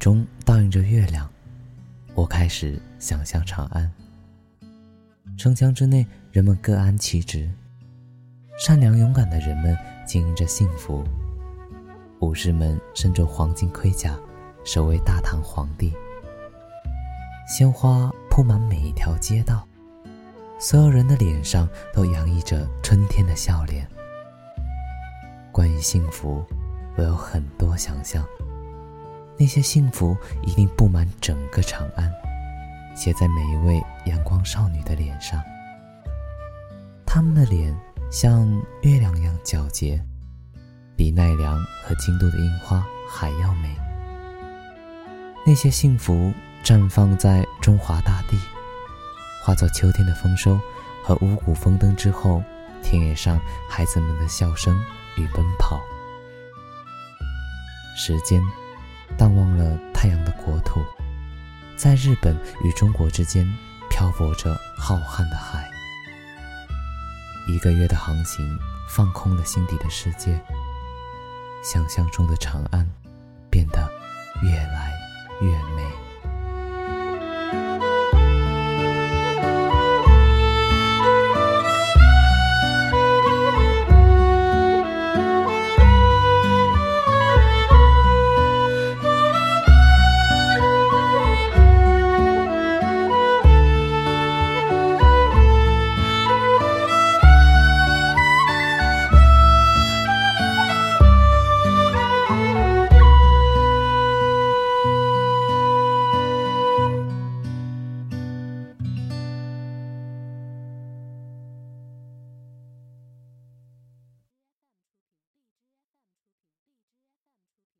中倒映着月亮，我开始想象长安。城墙之内，人们各安其职，善良勇敢的人们经营着幸福，武士们身着黄金盔甲，守卫大唐皇帝。鲜花铺满每一条街道，所有人的脸上都洋溢着春天的笑脸。关于幸福，我有很多想象，那些幸福一定布满整个长安，写在每一位阳光少女的脸上。她们的脸像月亮一样皎洁，比奈良和京都的樱花还要美。那些幸福绽放在中华大地，化作秋天的丰收和五谷丰登之后，田野上孩子们的笑声与奔跑。时间淡忘了太阳的国土，在日本与中国之间漂泊着浩瀚的海。1个月的航行，放空了心底的世界，想象中的长安变得越来越美。